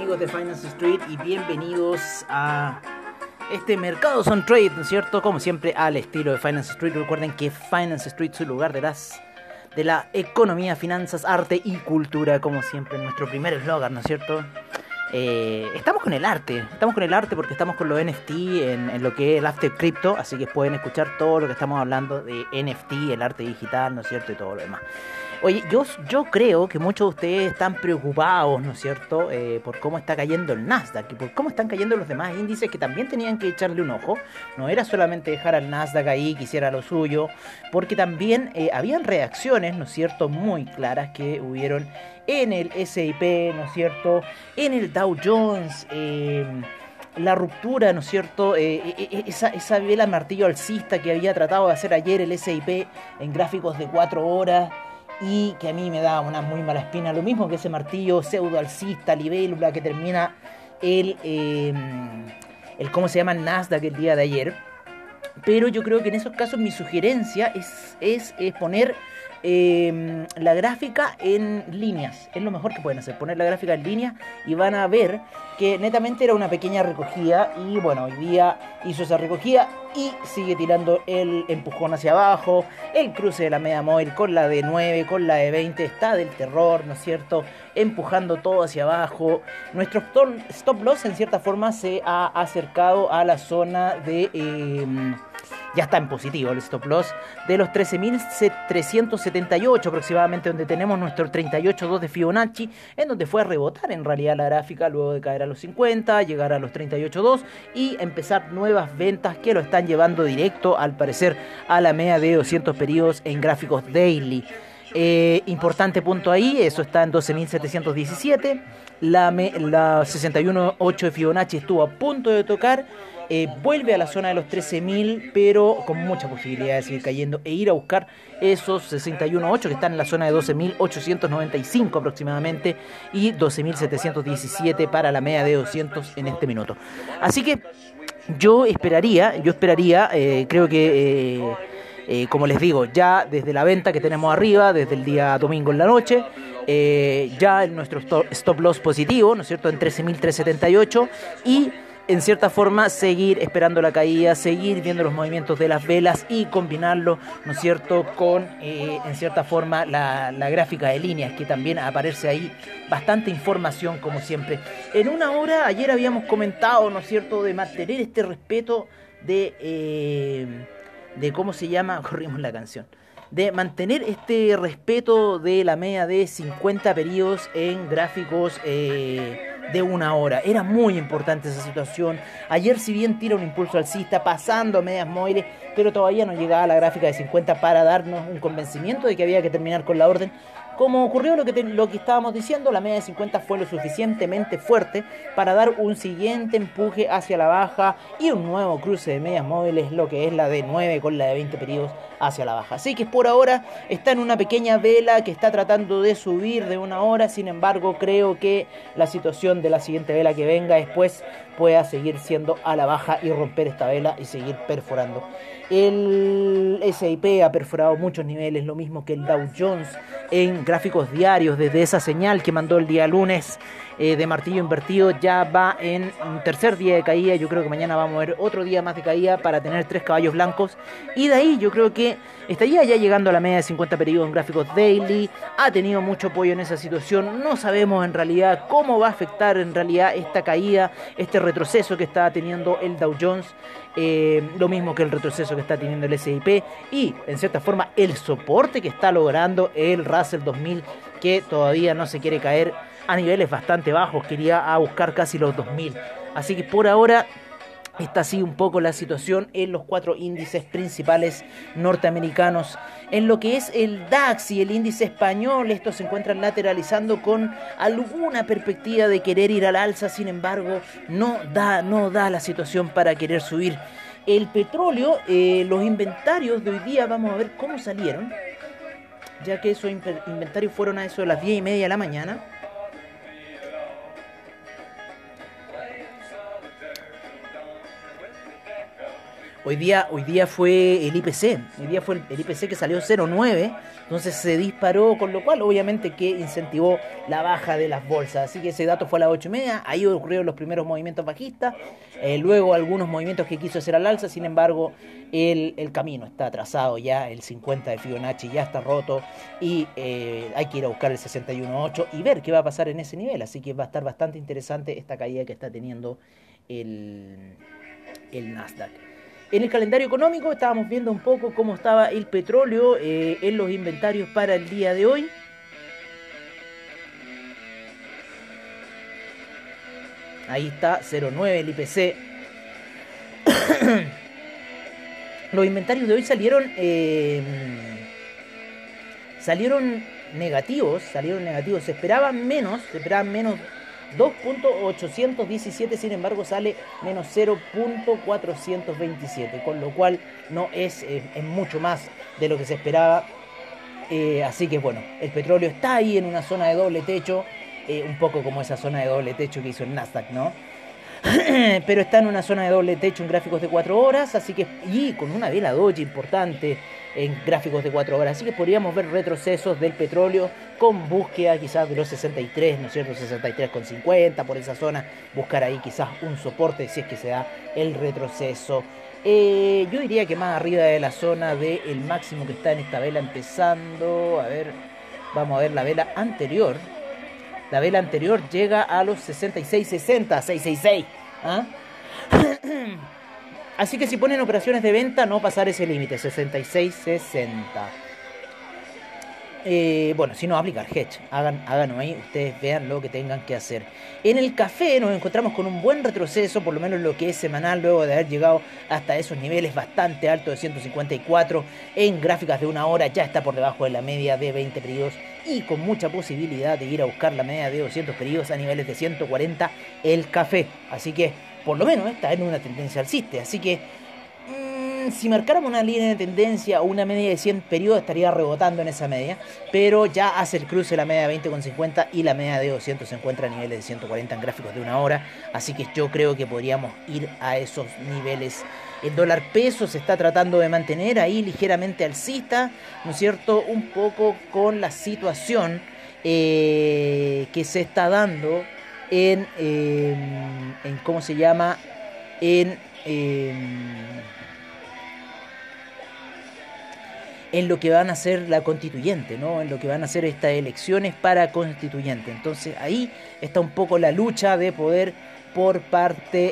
amigos de Finance Street y bienvenidos a este Mercados on Trade, ¿no es cierto? Como siempre al estilo de Finance Street. Recuerden que Finance Street es el lugar de la economía, finanzas, arte y cultura, como siempre, nuestro primer eslogan, ¿no es cierto? Estamos con el arte porque estamos con los NFT en lo que es el After Crypto, así que pueden escuchar todo lo que estamos hablando de NFT, el arte digital, ¿no es cierto? Y todo lo demás. Oye, yo creo que muchos de ustedes están preocupados, ¿no es cierto?, por cómo está cayendo el Nasdaq y por cómo están cayendo los demás índices que también tenían que echarle un ojo. No era solamente dejar al Nasdaq ahí que hiciera lo suyo, porque también habían reacciones, ¿no es cierto?, muy claras que hubieron en el S&P, ¿no es cierto?, en el Dow Jones, la ruptura, ¿no es cierto?, esa vela martillo alcista que había tratado de hacer ayer el S&P en gráficos de 4 horas, y que a mí me da una muy mala espina, lo mismo que ese martillo pseudo alcista, libélula, que termina el ¿cómo se llama? El Nasdaq el día de ayer. Pero yo creo que en esos casos mi sugerencia es poner la gráfica en líneas. Es lo mejor que pueden hacer, poner la gráfica en línea, y van a ver que netamente era una pequeña recogida, y bueno, hoy día hizo esa recogida y sigue tirando el empujón hacia abajo. El cruce de la media móvil con la de 9, con la de 20 está del terror, ¿no es cierto?, empujando todo hacia abajo. Nuestro stop loss en cierta forma se ha acercado a la zona de ya está en positivo el stop loss de los 13.378 aproximadamente, donde tenemos nuestro 38.2 de Fibonacci, en donde fue a rebotar en realidad la gráfica luego de caer a los 50, llegar a los 38.2 y empezar nuevas ventas que lo están llevando directo, al parecer, a la media de 200 periodos en gráficos daily. Importante punto ahí, eso está en 12.717. La 61.8 de Fibonacci estuvo a punto de tocar. Vuelve a la zona de los 13.000, pero con mucha posibilidad de seguir cayendo e ir a buscar esos 61.8 que están en la zona de 12.895 aproximadamente, y 12.717 para la media de 200 en este minuto. Así que yo esperaría, creo que como les digo, ya desde la venta que tenemos arriba, desde el día domingo en la noche, ya en nuestro stop loss positivo, ¿no es cierto?, en 13.378, y en cierta forma seguir esperando la caída, seguir viendo los movimientos de las velas y combinarlo, ¿no es cierto?, con en cierta forma la gráfica de líneas, que también aparece ahí bastante información como siempre. En una hora, ayer habíamos comentado, ¿no es cierto?, de mantener este respeto de ¿cómo se llama? Corrimos la canción. De mantener este respeto de la media de 50 periodos en gráficos de una hora. Era muy importante esa situación. Ayer, si bien tira un impulso alcista pasando medias móviles, pero todavía no llegaba a la gráfica de 50 para darnos un convencimiento de que había que terminar con la orden. Como ocurrió lo que estábamos diciendo, la media de 50 fue lo suficientemente fuerte para dar un siguiente empuje hacia la baja y un nuevo cruce de medias móviles, lo que es la de 9 con la de 20 periodos hacia la baja. Así que por ahora está en una pequeña vela que está tratando de subir de una hora. Sin embargo, creo que la situación de la siguiente vela que venga después pueda seguir siendo a la baja y romper esta vela y seguir perforando. El S&P ha perforado muchos niveles, lo mismo que el Dow Jones en gráficos diarios. Desde esa señal que mandó el día lunes de martillo invertido, ya va en un tercer día de caída. Yo creo que mañana vamos a ver otro día más de caída para tener 3 caballos blancos, y de ahí yo creo que estaría ya llegando a la media de 50 periodos en gráficos daily. Ha tenido mucho apoyo en esa situación. No sabemos en realidad cómo va a afectar en realidad esta caída, este retroceso que está teniendo el Dow Jones, lo mismo que el retroceso que está teniendo el S&P, y en cierta forma el soporte que está logrando el Russell 2000, que todavía no se quiere caer a niveles bastante bajos, quería a buscar casi los 2000. Así que por ahora está así un poco la situación en los 4 índices principales norteamericanos. En lo que es el DAX y el índice español, estos se encuentran lateralizando con alguna perspectiva de querer ir al alza. Sin embargo, no da la situación para querer subir. El petróleo, los inventarios de hoy día, vamos a ver cómo salieron, ya que esos inventarios fueron a eso de las 10:30 de la mañana. Hoy día fue el IPC, hoy día fue el IPC que salió 0,9, entonces se disparó, con lo cual obviamente que incentivó la baja de las bolsas, así que ese dato fue a las 8:30, ahí ocurrieron los primeros movimientos bajistas, luego algunos movimientos que quiso hacer al alza, sin embargo el camino está atrasado ya, el 50 de Fibonacci ya está roto y hay que ir a buscar el 61.8 y ver qué va a pasar en ese nivel, así que va a estar bastante interesante esta caída que está teniendo el Nasdaq. En el calendario económico estábamos viendo un poco cómo estaba el petróleo en los inventarios para el día de hoy. Ahí está, 0,9 el IPC. Los inventarios de hoy salieron negativos, se esperaban menos 2.817, sin embargo sale menos 0.427, con lo cual no es mucho más de lo que se esperaba. Así que bueno, el petróleo está ahí en una zona de doble techo, un poco como esa zona de doble techo que hizo el Nasdaq, ¿no? Pero está en una zona de doble techo en gráficos de 4 horas, así que, y con una vela doji importante en gráficos de 4 horas, así que podríamos ver retrocesos del petróleo con búsqueda quizás de los 63, ¿no es cierto? 63,50 por esa zona, buscar ahí quizás un soporte si es que se da el retroceso. Yo diría que más arriba de la zona del máximo que está en esta vela empezando, a ver, vamos a ver la vela anterior. La vela anterior llega a los 66.60, 666. ¿Ah? Así que si ponen operaciones de venta, no pasar ese límite, 66.60. Bueno, si no, aplicar hedge. Háganlo ahí, ustedes vean lo que tengan que hacer. En el café nos encontramos con un buen retroceso, por lo menos lo que es semanal, luego de haber llegado hasta esos niveles bastante altos de 154. En gráficas de una hora ya está por debajo de la media de 20 periodos y con mucha posibilidad de ir a buscar la media de 200 periodos a niveles de 140 el café. Así que, por lo menos, está en una tendencia alcista. Así que, si marcáramos una línea de tendencia o una media de 100 periodos, estaría rebotando en esa media, pero ya hace el cruce la media de 20,50 y la media de 200 se encuentra a niveles de 140 en gráficos de una hora, así que yo creo que podríamos ir a esos niveles. El dólar peso se está tratando de mantener ahí ligeramente alcista, ¿no es cierto? Un poco con la situación que se está dando en ¿cómo se llama? En lo que van a ser la constituyente, ¿no? En lo que van a ser estas elecciones para constituyente. Entonces ahí está un poco la lucha de poder por parte,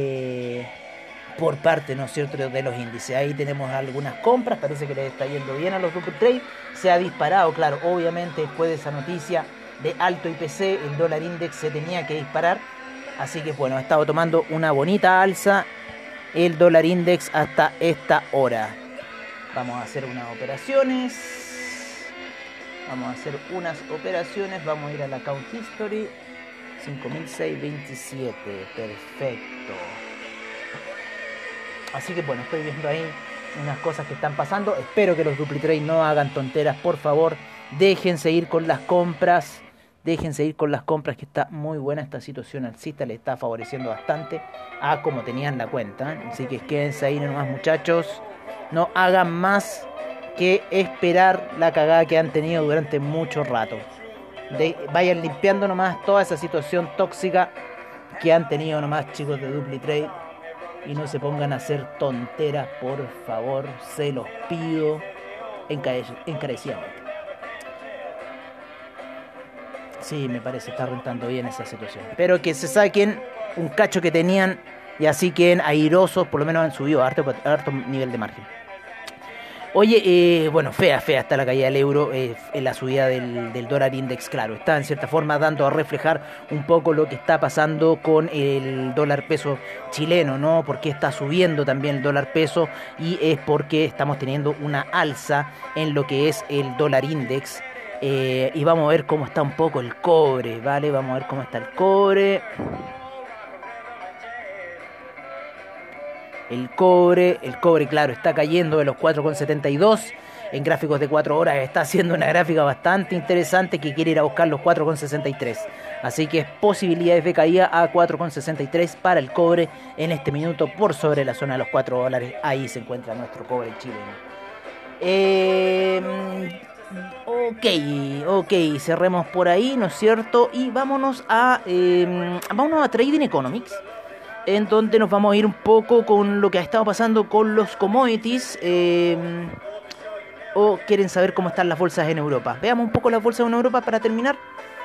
¿no es cierto?, de los índices. Ahí tenemos algunas compras, parece que les está yendo bien a los Duple Trade. Se ha disparado, claro, obviamente después de esa noticia de alto IPC, el dólar index se tenía que disparar. Así que bueno, ha estado tomando una bonita alza el dólar index hasta esta hora. Vamos a hacer unas operaciones. Vamos a ir a la Account History. 5.627. Perfecto. Así que bueno, estoy viendo ahí unas cosas que están pasando. Espero que los DupliTrade no hagan tonteras, por favor. Déjense ir con las compras. Que está muy buena esta situación alcista. Le está favoreciendo bastante a como tenían la cuenta. Así que quédense ahí nomás, muchachos. No hagan más que esperar la cagada que han tenido durante mucho rato. Vayan limpiando nomás toda esa situación tóxica que han tenido nomás, chicos de DupliTrade. Y no se pongan a hacer tonteras, por favor. Se los pido encarecidamente. Sí, me parece está rentando bien esa situación. Pero que se saquen un cacho que tenían y así queden airosos. Por lo menos han subido a harto nivel de margen. Oye, bueno, fea está la caída del euro, en la subida del dólar index, claro, está en cierta forma dando a reflejar un poco lo que está pasando con el dólar peso chileno, ¿no? Porque está subiendo también el dólar peso y es porque estamos teniendo una alza en lo que es el dólar index. Y vamos a ver cómo está un poco el cobre, ¿vale? Vamos a ver cómo está el cobre. El cobre, claro, está cayendo de los 4,72 en gráficos de 4 horas. Está haciendo una gráfica bastante interesante que quiere ir a buscar los 4,63. Así que posibilidades de caída a 4,63 para el cobre en este minuto por sobre la zona de los $4. Ahí se encuentra nuestro cobre chileno. Ok, cerremos por ahí, ¿no es cierto? Y vámonos a Trading Economics, en donde nos vamos a ir un poco con lo que ha estado pasando con los commodities. ¿O quieren saber cómo están las bolsas en Europa? Veamos un poco las bolsas en Europa para terminar.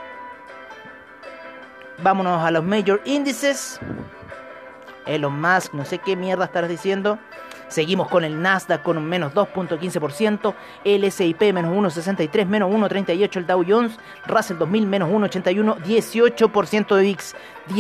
Vámonos a los major índices. Elon Musk, no sé qué mierda estarás diciendo. Seguimos con el Nasdaq con un menos 2.15%, el S&P menos 1.63, menos 1.38 el Dow Jones, Russell 2000 menos 1.81, 18% de VIX,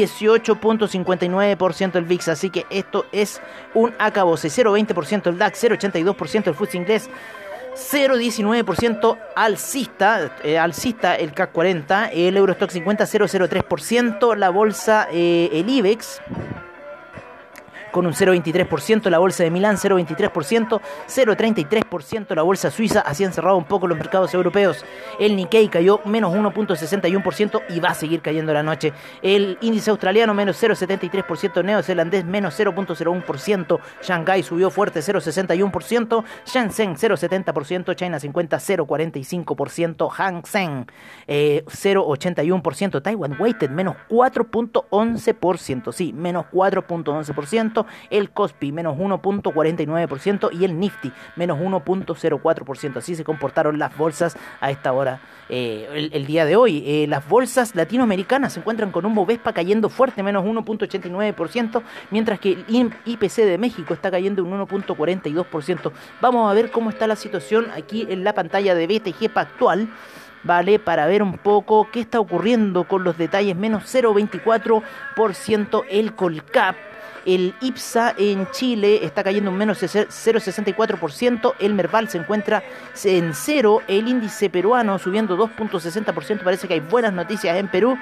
18.59% el VIX, así que esto es un acabose. 0.20% el DAX, 0.82% el FTSE inglés, 0.19% alcista el CAC 40, el Eurostock 50 0.03%, la bolsa el IBEX con un 0.23%, la bolsa de Milán 0.23%, 0.33% la bolsa suiza. Así han cerrado un poco los mercados europeos. El Nikkei cayó menos 1.61% y va a seguir cayendo la noche. El índice australiano menos 0.73%, neozelandés menos 0.01%, Shanghái subió fuerte 0.61%, Shenzhen 0.70%, China 50 0.45%, Hang Seng 0.81%, Taiwan Weighted menos 4.11%, sí, menos 4.11%, el Kospi menos 1.49% y el Nifty menos 1.04%. Así se comportaron las bolsas a esta hora el día de hoy. Las bolsas latinoamericanas se encuentran con un Bovespa cayendo fuerte, menos 1.89%, mientras que el IPC de México está cayendo un 1.42%. Vamos a ver cómo está la situación aquí en la pantalla de BTG Pactual, ¿vale? Para ver un poco qué está ocurriendo con los detalles. Menos 0.24% el Colcap. El IPSA en Chile está cayendo un menos 0.64%. El Merval se encuentra en cero. El índice peruano subiendo 2.60%. Parece que hay buenas noticias en Perú.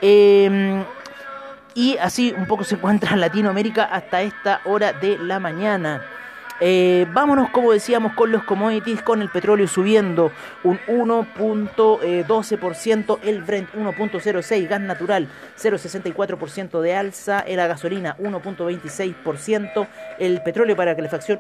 Y así un poco se encuentra Latinoamérica hasta esta hora de la mañana. Vámonos, como decíamos, con los commodities, con el petróleo subiendo un 1.12%, el Brent 1.06%, gas natural 0.64% de alza, la gasolina 1.26%, el petróleo para calefacción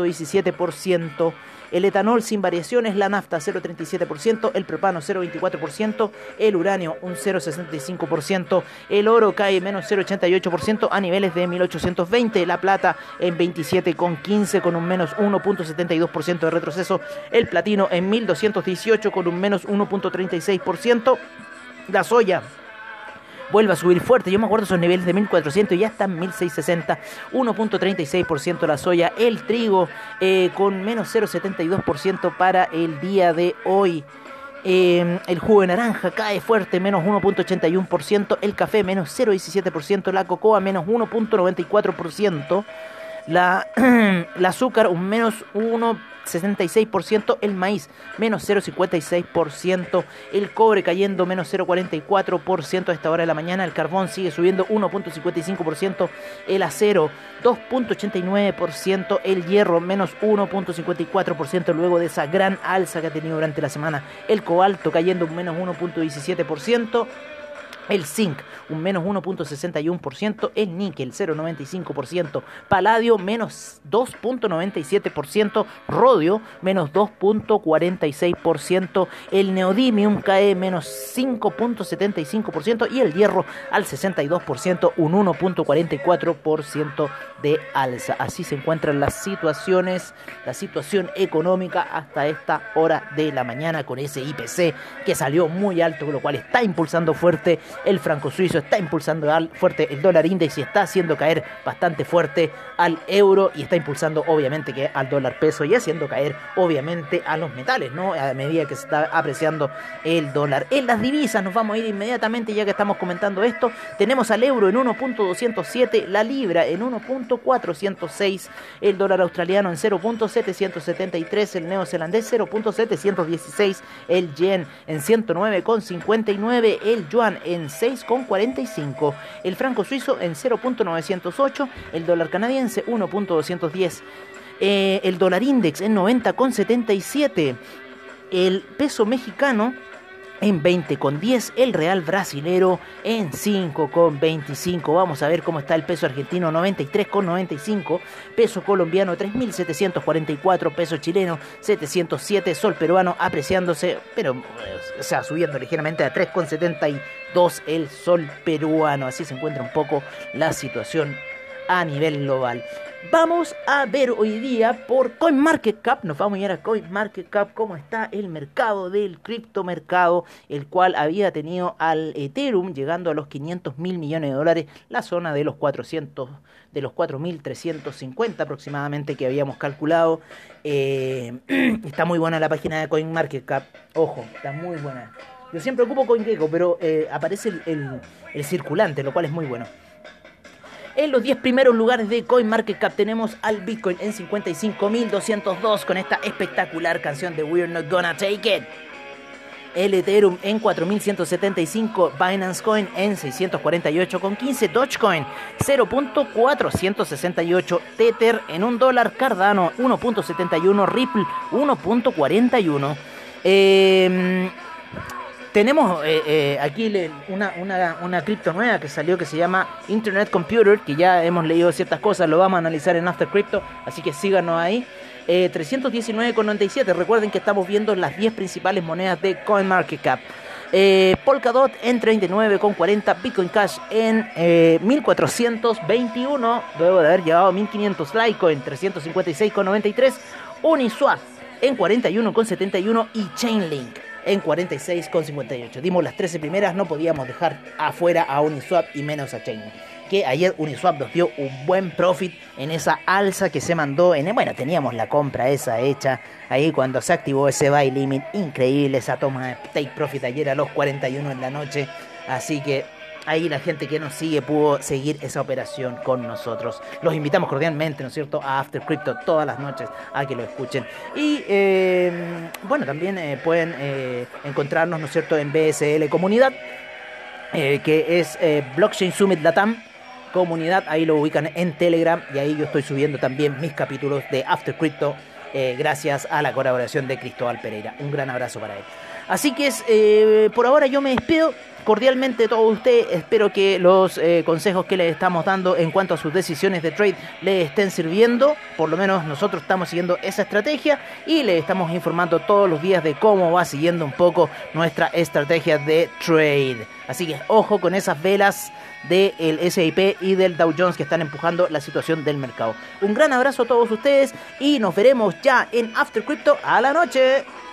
1.17%, el etanol sin variaciones, la nafta 0.37%, el propano 0.24%, el uranio un 0.65%, el oro cae menos 0.88% a niveles de 1820, la plata en 27.15 con un menos 1.72% de retroceso, el platino en 1218 con un menos 1.36%, la soya vuelve a subir fuerte. Yo me acuerdo esos niveles de 1400 y ya están 1660, 1.36% la soya. El trigo con menos 0.72% para el día de hoy. El jugo de naranja cae fuerte, menos 1.81%. El café menos 0.17%. La cocoa menos 1.94%. La azúcar un menos 1.66%, el maíz menos 0.56%, el cobre cayendo menos 0.44% a esta hora de la mañana, el carbón sigue subiendo 1.55%, el acero 2.89%, el hierro menos 1.54% luego de esa gran alza que ha tenido durante la semana, el cobalto cayendo un menos 1.17%, el zinc, un menos 1.61%, el níquel 0.95%, paladio menos 2.97%, rodio menos 2.46%, el neodymium cae menos 5.75% y el hierro al 62%, un 1.44% de alza. Así se encuentran las situaciones, la situación económica hasta esta hora de la mañana, con ese IPC que salió muy alto, con lo cual está impulsando fuerte el franco suizo, está impulsando fuerte el dólar index y está haciendo caer bastante fuerte al euro y está impulsando obviamente que al dólar peso y haciendo caer obviamente a los metales, ¿no? A medida que se está apreciando el dólar. En las divisas nos vamos a ir inmediatamente, ya que estamos comentando esto. Tenemos al euro en 1.207, la libra en 1.406, el dólar australiano en 0.773, el neozelandés 0.716, el yen en 109,59, el yuan en 6,45, el franco suizo en 0.908, el dólar canadiense 1.210, el dólar index en 90,77, el peso mexicano en 20,10, el real brasilero en 5,25. Vamos a ver cómo está el peso argentino, 93,95, peso colombiano 3.744, peso chileno 707, sol peruano apreciándose, pero o sea, subiendo ligeramente a 3,72 el sol peruano. Así se encuentra un poco la situación a nivel global. Vamos a ver hoy día por CoinMarketCap, nos vamos a ir a CoinMarketCap, cómo está el mercado del criptomercado, el cual había tenido al Ethereum llegando a los 500.000 millones de dólares, la zona de los 4.350 aproximadamente que habíamos calculado. Está muy buena la página de CoinMarketCap, ojo, está muy buena. Yo siempre ocupo CoinGecko, pero aparece el circulante, lo cual es muy bueno. En los 10 primeros lugares de CoinMarketCap tenemos al Bitcoin en 55.202 con esta espectacular canción de We're Not Gonna Take It. El Ethereum en 4.175, Binance Coin en 648,15, Dogecoin 0.468, Tether en $1, Cardano 1.71, Ripple 1.41. Tenemos aquí una cripto nueva que salió que se llama Internet Computer, que ya hemos leído ciertas cosas, lo vamos a analizar en After Crypto, así que síganos ahí. 319,97, recuerden que estamos viendo las 10 principales monedas de CoinMarketCap. Polkadot en 39,40, Bitcoin Cash en 1.421, luego de haber llegado a 1.500, Litecoin 356,93, Uniswap en 41,71 y Chainlink en 46,58. Dimos las 13 primeras, no podíamos dejar afuera a Uniswap y menos a Chainlink, que ayer Uniswap nos dio un buen profit en esa alza que se mandó. Bueno, teníamos la compra esa hecha ahí cuando se activó ese buy limit, increíble esa toma de take profit ayer a los 41 en la noche, así que ahí la gente que nos sigue pudo seguir esa operación con nosotros. Los invitamos cordialmente, ¿no es cierto?, a After Crypto todas las noches a que lo escuchen. Y bueno, también pueden encontrarnos, ¿no es cierto?, en BSL Comunidad, que es Blockchain Summit Latam Comunidad. Ahí lo ubican en Telegram y ahí yo estoy subiendo también mis capítulos de After Crypto, gracias a la colaboración de Cristóbal Pereira. Un gran abrazo para él. Así que por ahora yo me despido cordialmente de todos ustedes. Espero que los consejos que les estamos dando en cuanto a sus decisiones de trade les estén sirviendo. Por lo menos nosotros estamos siguiendo esa estrategia y les estamos informando todos los días de cómo va siguiendo un poco nuestra estrategia de trade. Así que ojo con esas velas del S&P y del Dow Jones que están empujando la situación del mercado. Un gran abrazo a todos ustedes y nos veremos ya en After Crypto a la noche.